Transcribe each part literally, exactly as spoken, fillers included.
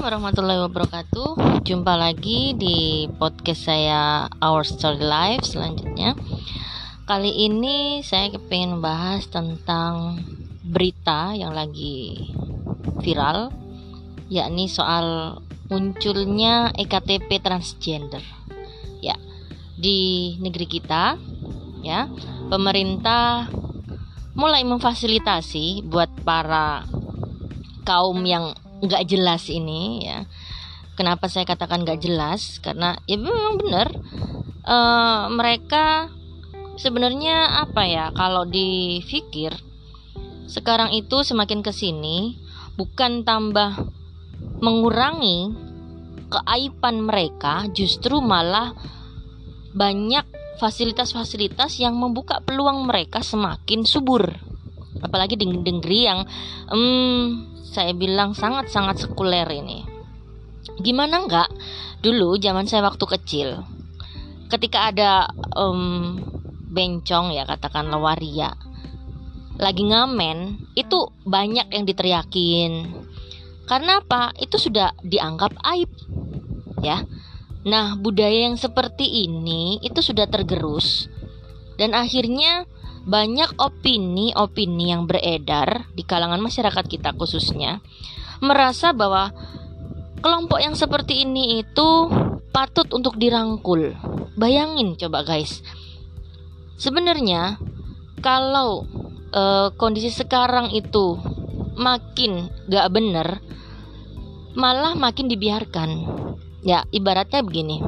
warahmatullahi wabarakatuh. Jumpa lagi di podcast saya Our Story Life selanjutnya. Kali ini saya pengen membahas tentang berita yang lagi viral, yakni soal munculnya E K T P transgender. Ya, di negeri kita, ya, pemerintah mulai memfasilitasi buat para kaum yang nggak jelas ini, ya. Kenapa saya katakan nggak jelas? Karena ya memang benar, uh, mereka sebenarnya apa ya, kalau dipikir sekarang itu semakin kesini bukan tambah mengurangi keaiban mereka, justru malah banyak fasilitas-fasilitas yang membuka peluang mereka semakin subur. Apalagi di negeri yang hmm, saya bilang sangat-sangat sekuler ini. Gimana enggak? Dulu zaman saya waktu kecil, ketika ada um, bencong, ya katakanlah waria, lagi ngamen, itu banyak yang diteriakin. Karena apa? Itu sudah dianggap aib, ya. Nah, budaya yang seperti ini itu sudah tergerus, dan akhirnya banyak opini-opini yang beredar di kalangan masyarakat kita khususnya merasa bahwa kelompok yang seperti ini itu patut untuk dirangkul. Bayangin coba guys, sebenarnya kalau e, kondisi sekarang itu makin gak bener, malah makin dibiarkan. Ya, ibaratnya begini,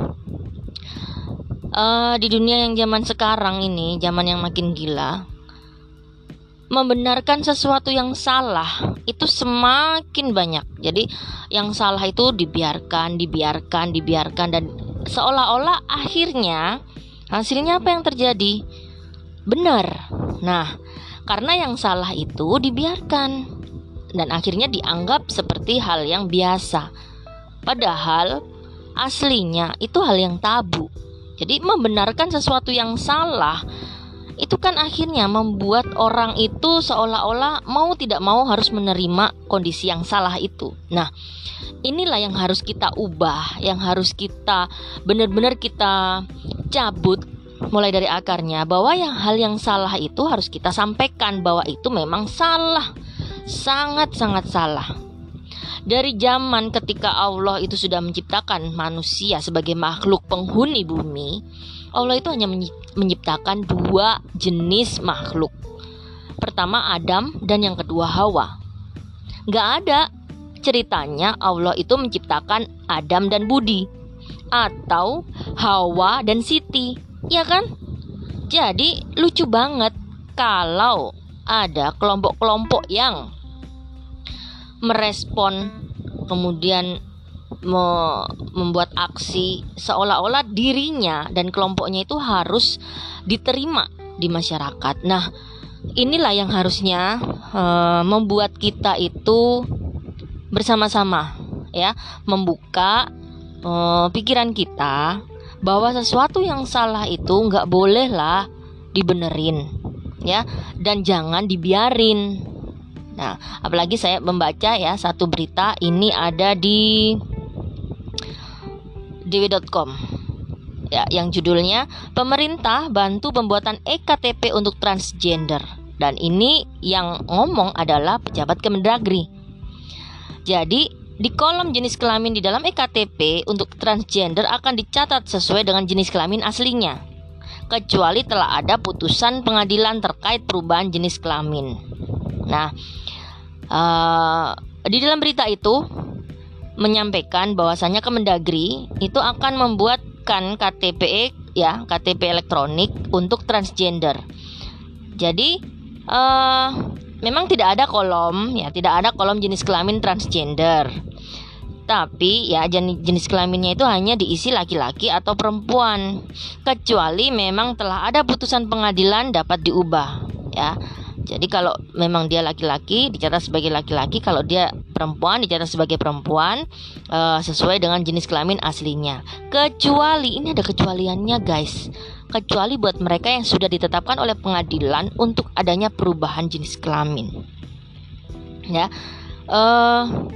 Uh, di dunia yang zaman sekarang ini, zaman yang makin gila, membenarkan sesuatu yang salah itu semakin banyak. Jadi yang salah itu dibiarkan, dibiarkan, dibiarkan, dan seolah-olah akhirnya hasilnya apa yang terjadi? Benar. Nah, karena yang salah itu dibiarkan dan akhirnya dianggap seperti hal yang biasa, padahal aslinya itu hal yang tabu. Jadi membenarkan sesuatu yang salah itu kan akhirnya membuat orang itu seolah-olah mau tidak mau harus menerima kondisi yang salah itu. Nah, inilah yang harus kita ubah, yang harus kita benar-benar kita cabut mulai dari akarnya, bahwa yang hal yang salah itu harus kita sampaikan bahwa itu memang salah, sangat-sangat salah. Dari zaman ketika Allah itu sudah menciptakan manusia sebagai makhluk penghuni bumi, Allah itu hanya menciptakan dua jenis makhluk. Pertama Adam dan yang kedua Hawa. Gak ada ceritanya Allah itu menciptakan Adam dan Budi atau Hawa dan Siti, ya kan? Jadi lucu banget kalau ada kelompok-kelompok yang merespon, kemudian me- membuat aksi seolah-olah dirinya dan kelompoknya itu harus diterima di masyarakat. Nah, inilah yang harusnya uh, membuat kita itu bersama-sama, ya, membuka uh, pikiran kita bahwa sesuatu yang salah itu nggak bolehlah dibenerin, ya, dan jangan dibiarin. Nah, apalagi saya membaca ya satu berita ini ada di d w dot com, ya, yang judulnya pemerintah bantu pembuatan E K T P untuk transgender, dan ini yang ngomong adalah pejabat Kemendagri. Jadi di kolom jenis kelamin di dalam E K T P untuk transgender akan dicatat sesuai dengan jenis kelamin aslinya, kecuali telah ada putusan pengadilan terkait perubahan jenis kelamin. Nah, uh, di dalam berita itu menyampaikan bahwasanya Kemendagri itu akan membuatkan K T P, ya, K T P elektronik untuk transgender. Jadi uh, memang tidak ada kolom, ya, tidak ada kolom jenis kelamin transgender. Tapi ya jenis kelaminnya itu hanya diisi laki-laki atau perempuan, kecuali memang telah ada putusan pengadilan dapat diubah, ya. Jadi kalau memang dia laki-laki dicatat sebagai laki-laki, kalau dia perempuan dicatat sebagai perempuan, uh, sesuai dengan jenis kelamin aslinya. Kecuali, ini ada kecualiannya guys, kecuali buat mereka yang sudah ditetapkan oleh pengadilan untuk adanya perubahan jenis kelamin, ya. Uh,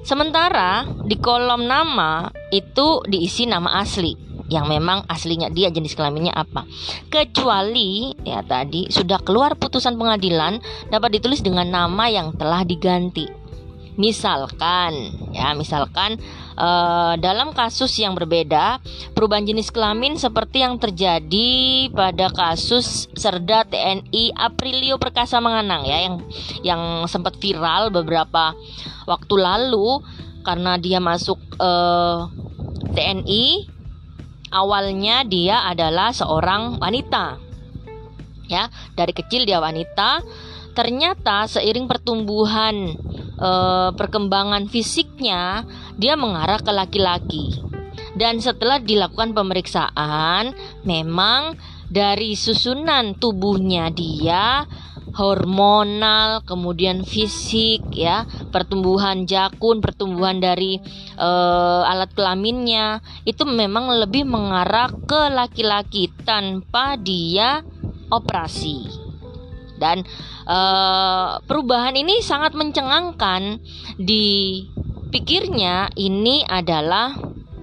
Sementara di kolom nama itu diisi nama asli, yang memang aslinya dia jenis kelaminnya apa. Kecuali ya tadi sudah keluar putusan pengadilan dapat ditulis dengan nama yang telah diganti. Misalkan ya, misalkan eh, dalam kasus yang berbeda perubahan jenis kelamin seperti yang terjadi pada kasus Serda T N I Aprilio Perkasa Menganang ya, yang yang sempat viral beberapa waktu lalu karena dia masuk eh, T N I. Awalnya dia adalah seorang wanita ya, dari kecil dia wanita. Ternyata seiring pertumbuhan e, perkembangan fisiknya dia mengarah ke laki-laki. Dan setelah dilakukan pemeriksaan, memang dari susunan tubuhnya dia, hormonal, kemudian fisik ya, pertumbuhan jakun, pertumbuhan dari e, alat kelaminnya itu memang lebih mengarah ke laki-laki tanpa dia operasi. Dan e, perubahan ini sangat mencengangkan. Dipikirnya ini adalah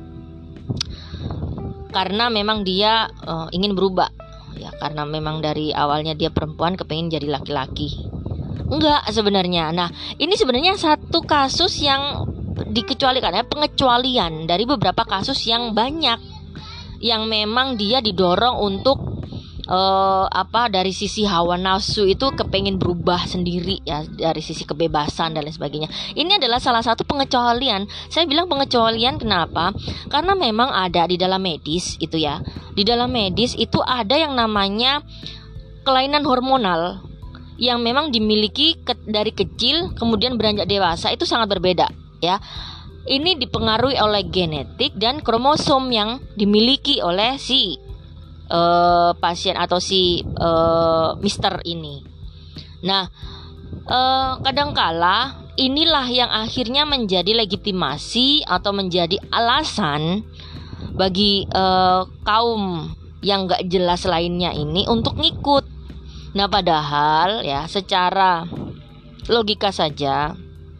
karena memang dia e, ingin berubah ya, karena memang dari awalnya dia perempuan kepengen jadi laki-laki. Enggak sebenarnya. Nah, ini sebenarnya satu kasus yang dikecualikan ya, pengecualian dari beberapa kasus yang banyak yang memang dia didorong untuk Uh, apa dari sisi hawa nafsu itu kepengen berubah sendiri ya, dari sisi kebebasan dan lain sebagainya. Ini adalah salah satu pengecualian. Saya bilang pengecualian kenapa? Karena memang ada di dalam medis itu ya. Di dalam medis itu ada yang namanya kelainan hormonal yang memang dimiliki ke, dari kecil kemudian beranjak dewasa itu sangat berbeda ya. Ini dipengaruhi oleh genetik dan kromosom yang dimiliki oleh si Uh, pasien atau si uh, mister ini. Nah, uh, kadangkala inilah yang akhirnya menjadi legitimasi atau menjadi alasan bagi uh, kaum yang gak jelas lainnya ini untuk ngikut. Nah, padahal ya secara logika saja,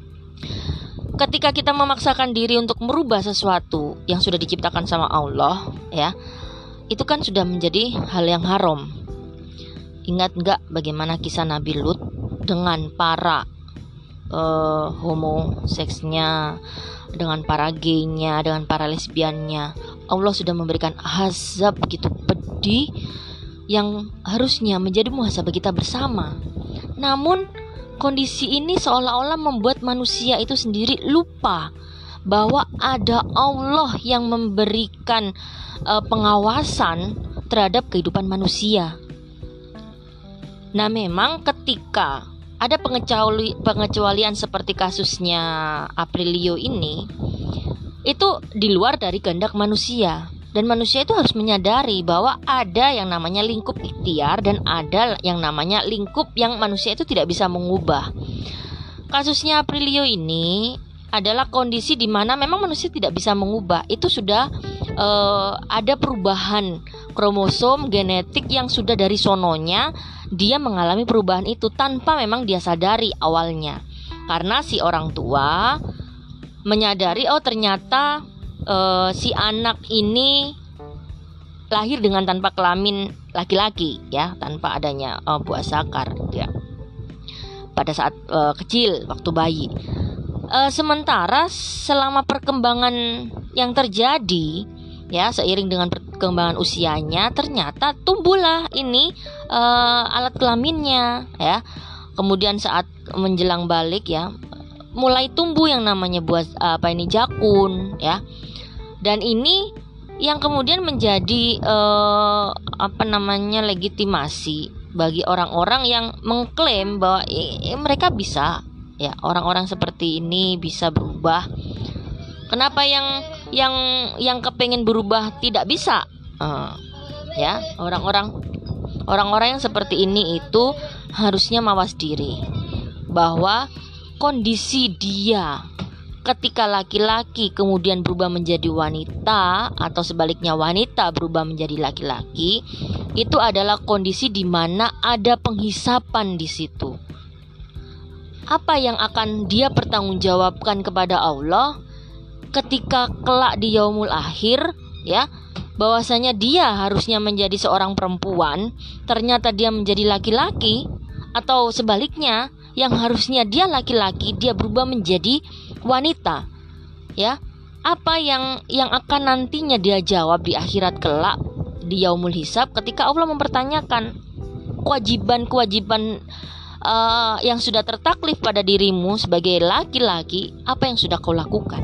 ketika kita memaksakan diri untuk merubah sesuatu yang sudah diciptakan sama Allah ya, itu kan sudah menjadi hal yang haram. Ingat gak bagaimana kisah Nabi Lut dengan para uh, homoseksnya, dengan para gaynya, dengan para lesbiannya. Allah sudah memberikan azab begitu pedih yang harusnya menjadi muhasabah kita bersama. Namun kondisi ini seolah-olah membuat manusia itu sendiri lupa bahwa ada Allah yang memberikan uh, pengawasan terhadap kehidupan manusia. Nah, memang ketika ada pengecuali, pengecualian seperti kasusnya Aprilio ini, itu di luar dari kehendak manusia. Dan manusia itu harus menyadari bahwa ada yang namanya lingkup ikhtiar dan ada yang namanya lingkup yang manusia itu tidak bisa mengubah. Kasusnya Aprilio ini adalah kondisi di mana memang manusia tidak bisa mengubah. Itu sudah uh, ada perubahan kromosom genetik yang sudah dari sononya dia mengalami perubahan itu tanpa memang dia sadari awalnya. Karena si orang tua menyadari oh ternyata uh, si anak ini lahir dengan tanpa kelamin laki-laki ya, tanpa adanya uh, buah zakar ya. Pada saat uh, kecil waktu bayi. Uh, sementara selama perkembangan yang terjadi ya, seiring dengan perkembangan usianya ternyata tumbuhlah ini uh, alat kelaminnya ya. Kemudian saat menjelang balik ya, mulai tumbuh yang namanya buah apa ini jakun ya. Dan ini yang kemudian menjadi uh, apa namanya legitimasi bagi orang-orang yang mengklaim bahwa eh, mereka bisa ya, orang-orang seperti ini bisa berubah. Kenapa yang yang yang kepengen berubah tidak bisa? Uh, ya, orang-orang orang-orang yang seperti ini itu harusnya mawas diri bahwa kondisi dia ketika laki-laki kemudian berubah menjadi wanita atau sebaliknya wanita berubah menjadi laki-laki, itu adalah kondisi di mana ada penghisapan di situ. apa yang akan dia pertanggungjawabkan kepada Allah ketika kelak di yaumul akhir, ya, bahwasanya dia harusnya menjadi seorang perempuan, ternyata dia menjadi laki-laki, atau sebaliknya, yang harusnya dia laki-laki, dia berubah menjadi wanita. Ya, apa yang yang akan nantinya dia jawab di akhirat kelak di yaumul hisab ketika Allah mempertanyakan kewajiban-kewajiban uh, yang sudah tertaklif pada dirimu sebagai laki-laki, apa yang sudah kau lakukan.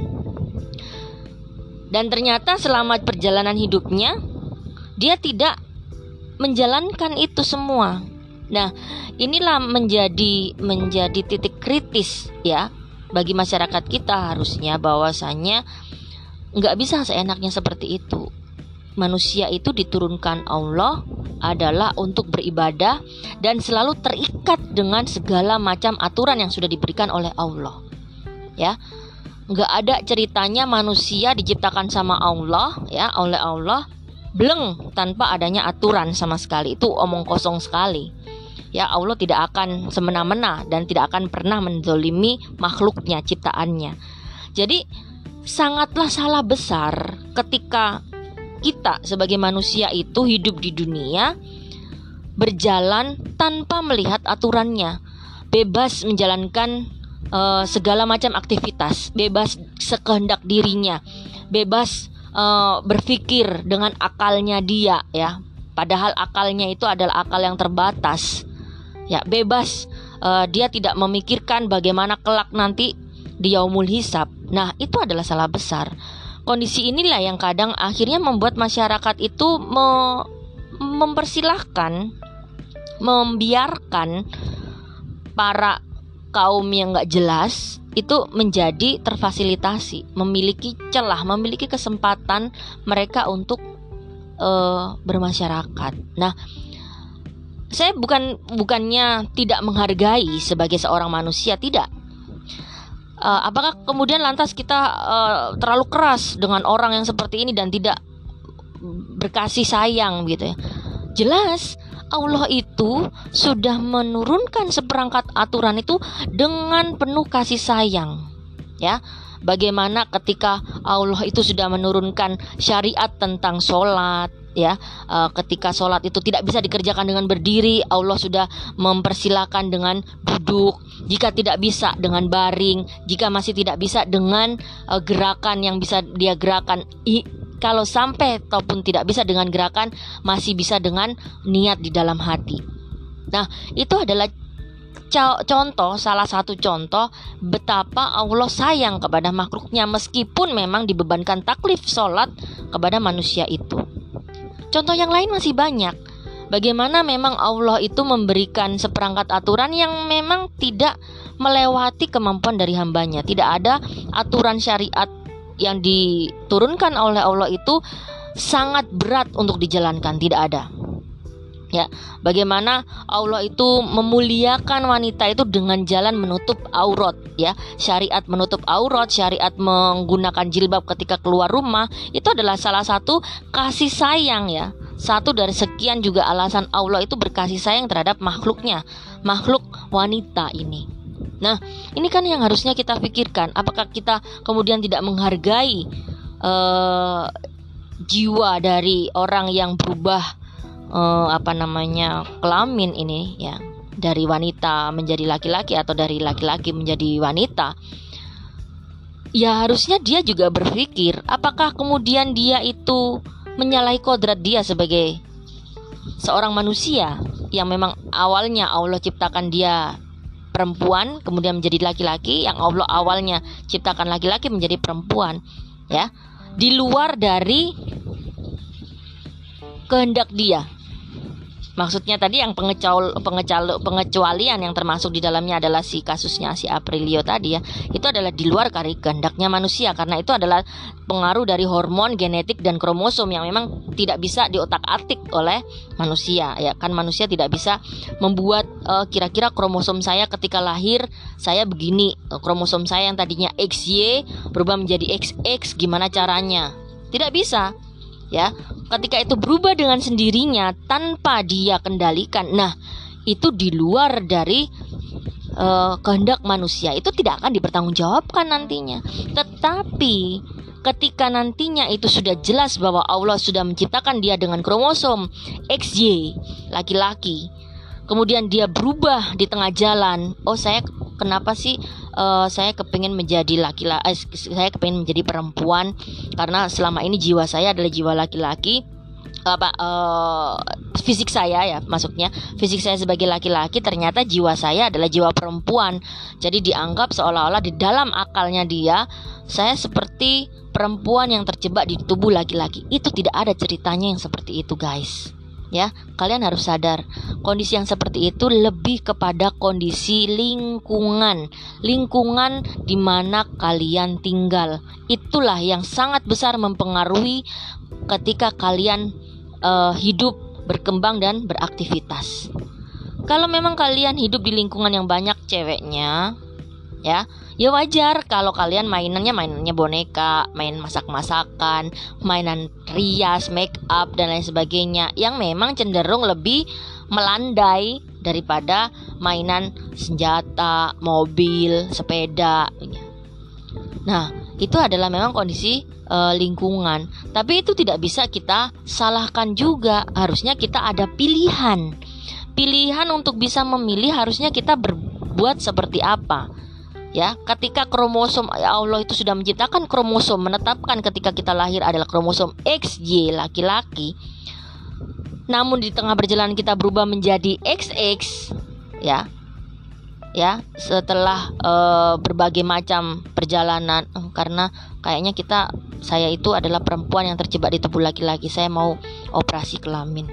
Dan ternyata selama perjalanan hidupnya dia tidak menjalankan itu semua. Nah, inilah menjadi menjadi titik kritis, ya, bagi masyarakat kita harusnya, bahwasanya nggak bisa seenaknya seperti itu. Manusia itu diturunkan Allah adalah untuk beribadah dan selalu terikat dengan segala macam aturan yang sudah diberikan oleh Allah. Ya, nggak ada ceritanya manusia diciptakan sama Allah, ya, oleh Allah, bleng tanpa adanya aturan sama sekali. Itu omong kosong sekali. Ya, Allah tidak akan semena-mena dan tidak akan pernah menzolimi makhluknya, ciptaannya. Jadi sangatlah salah besar ketika kita sebagai manusia itu hidup di dunia berjalan tanpa melihat aturannya, bebas menjalankan uh, segala macam aktivitas, bebas sekehendak dirinya, bebas uh, berpikir dengan akalnya dia, ya. Padahal akalnya itu adalah akal yang terbatas. Ya, bebas, uh, dia tidak memikirkan bagaimana kelak nanti di yaumul hisab. Nah, itu adalah salah besar. Kondisi inilah yang kadang akhirnya membuat masyarakat itu me- mempersilahkan, membiarkan para kaum yang gak jelas itu menjadi terfasilitasi, memiliki celah, memiliki kesempatan mereka untuk uh, bermasyarakat. Nah, saya bukan bukannya tidak menghargai sebagai seorang manusia, tidak. Uh, apakah kemudian lantas kita uh, terlalu keras dengan orang yang seperti ini dan tidak berkasih sayang gitu ya? Jelas Allah itu sudah menurunkan seperangkat aturan itu dengan penuh kasih sayang, ya. Bagaimana ketika Allah itu sudah menurunkan syariat tentang sholat, ya, uh, ketika sholat itu tidak bisa dikerjakan dengan berdiri, Allah sudah mempersilakan dengan duduk. Jika tidak bisa dengan baring, jika masih tidak bisa dengan uh, gerakan yang bisa dia gerakan, I, kalau sampai ataupun tidak bisa dengan gerakan, masih bisa dengan niat di dalam hati. Nah, itu adalah contoh, salah satu contoh betapa Allah sayang kepada makhluknya, meskipun memang dibebankan taklif sholat kepada manusia itu. Contoh yang lain masih banyak. Bagaimana memang Allah itu memberikan seperangkat aturan yang memang tidak melewati kemampuan dari hambanya. Tidak ada aturan syariat yang diturunkan oleh Allah itu sangat berat untuk dijalankan, tidak ada. Ya, bagaimana Allah itu memuliakan wanita itu dengan jalan menutup aurat, ya. Syariat menutup aurat, syariat menggunakan jilbab ketika keluar rumah, itu adalah salah satu kasih sayang, ya. Satu dari sekian juga alasan Allah itu berkasih sayang terhadap makhluknya, makhluk wanita ini. Nah, ini kan yang harusnya kita pikirkan. Apakah kita kemudian tidak menghargai uh, jiwa dari orang yang berubah Uh, apa namanya kelamin ini, ya, dari wanita menjadi laki-laki atau dari laki-laki menjadi wanita? Ya, harusnya dia juga berpikir apakah kemudian dia itu menyalahi kodrat dia sebagai seorang manusia yang memang awalnya Allah ciptakan dia perempuan kemudian menjadi laki-laki, yang Allah awalnya ciptakan laki-laki menjadi perempuan, ya, di luar dari kehendak dia. Maksudnya tadi yang pengecual, pengecual, pengecualian yang termasuk di dalamnya adalah si kasusnya si Aprilio tadi, ya. Itu adalah di luar dari kehendaknya manusia, karena itu adalah pengaruh dari hormon, genetik dan kromosom yang memang tidak bisa diotak-atik oleh manusia, ya kan. Manusia tidak bisa membuat uh, kira-kira kromosom saya ketika lahir saya begini, kromosom saya yang tadinya X Y berubah menjadi X X, gimana caranya? Tidak bisa. Ya, ketika itu berubah dengan sendirinya tanpa dia kendalikan, nah itu di luar dari uh, kehendak manusia itu tidak akan dipertanggungjawabkan nantinya. Tetapi ketika nantinya itu sudah jelas bahwa Allah sudah menciptakan dia dengan kromosom X Y laki-laki, kemudian dia berubah di tengah jalan, oh saya kenapa sih uh, saya kepingin menjadi laki-laki, eh, saya kepingin menjadi perempuan karena selama ini jiwa saya adalah jiwa laki-laki, apa uh, fisik saya ya maksudnya fisik saya sebagai laki-laki, ternyata jiwa saya adalah jiwa perempuan. Jadi dianggap seolah-olah di dalam akalnya dia, saya seperti perempuan yang terjebak di tubuh laki-laki. Itu tidak ada ceritanya yang seperti itu, guys. Ya, kalian harus sadar, kondisi yang seperti itu lebih kepada kondisi lingkungan, lingkungan di mana kalian tinggal. Itulah yang sangat besar mempengaruhi ketika kalian uh, hidup, berkembang dan beraktivitas. Kalau memang kalian hidup di lingkungan yang banyak ceweknya, ya, ya wajar kalau kalian mainannya mainannya boneka, main masak-masakan, mainan rias, make up dan lain sebagainya, yang memang cenderung lebih melandai daripada mainan senjata, mobil, sepeda. Nah, itu adalah memang kondisi e, lingkungan. Tapi itu tidak bisa kita salahkan juga. Harusnya kita ada pilihan. Pilihan untuk bisa memilih harusnya kita berbuat seperti apa. Ya, ketika kromosom Allah itu sudah menciptakan kromosom, menetapkan ketika kita lahir adalah kromosom X Y laki-laki. Namun di tengah perjalanan kita berubah menjadi X X, ya. Ya, setelah uh, berbagai macam perjalanan, uh, karena kayaknya kita saya itu adalah perempuan yang terjebak di tubuh laki-laki, saya mau operasi kelamin.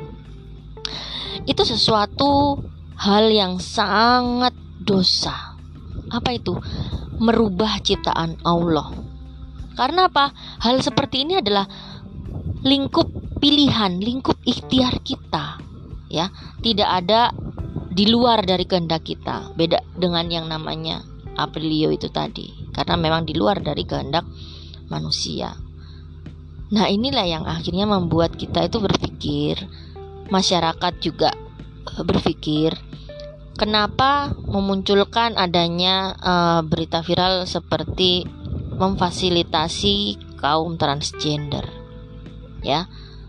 Itu sesuatu hal yang sangat dosa. Apa itu? Merubah ciptaan Allah. Karena apa? Hal seperti ini adalah lingkup pilihan, lingkup ikhtiar kita. Ya, tidak ada di luar dari kehendak kita. Beda dengan yang namanya Aprilio itu tadi, karena memang di luar dari kehendak manusia. Nah, inilah yang akhirnya membuat kita itu berpikir, masyarakat juga berpikir, kenapa memunculkan adanya uh, berita viral seperti memfasilitasi kaum transgender, ya,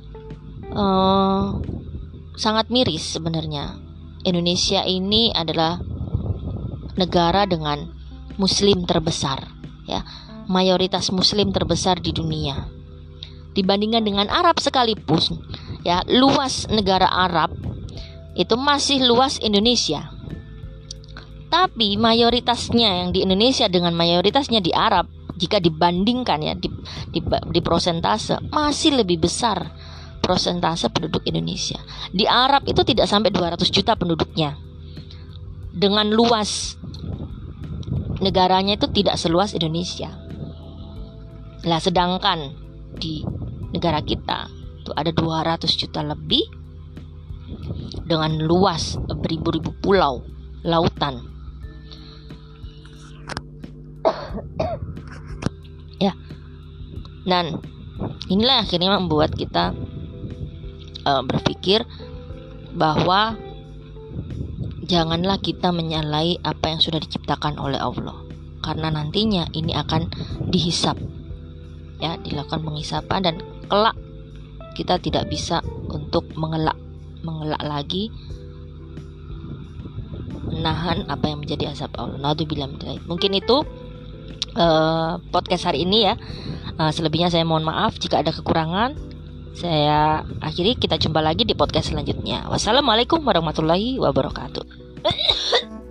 uh, sangat miris sebenarnya. Indonesia ini adalah negara dengan Muslim terbesar, ya, mayoritas Muslim terbesar di dunia. Dibandingkan dengan Arab sekalipun, ya, luas negara Arab itu masih luas Indonesia. Tapi mayoritasnya yang di Indonesia dengan mayoritasnya di Arab, jika dibandingkan ya di, di, di prosentase, masih lebih besar prosentase penduduk Indonesia. Di Arab itu tidak sampai dua ratus juta penduduknya. Dengan luas negaranya itu tidak seluas Indonesia. Lah, sedangkan di negara kita itu ada dua ratus juta lebih dengan luas beribu-ribu pulau, lautan. Ya. Dan inilah akhirnya membuat kita uh, berpikir bahwa janganlah kita menyalahi apa yang sudah diciptakan oleh Allah, karena nantinya ini akan dihisap, ya, dilakukan penghisapan, dan kelak kita tidak bisa untuk mengelak mengelak lagi, menahan apa yang menjadi azab Allah. Naudzubillah min dzalik. Mungkin itu uh, podcast hari ini ya. Uh, selebihnya saya mohon maaf jika ada kekurangan. Saya akhiri, kita jumpa lagi di podcast selanjutnya. Wassalamualaikum warahmatullahi wabarakatuh.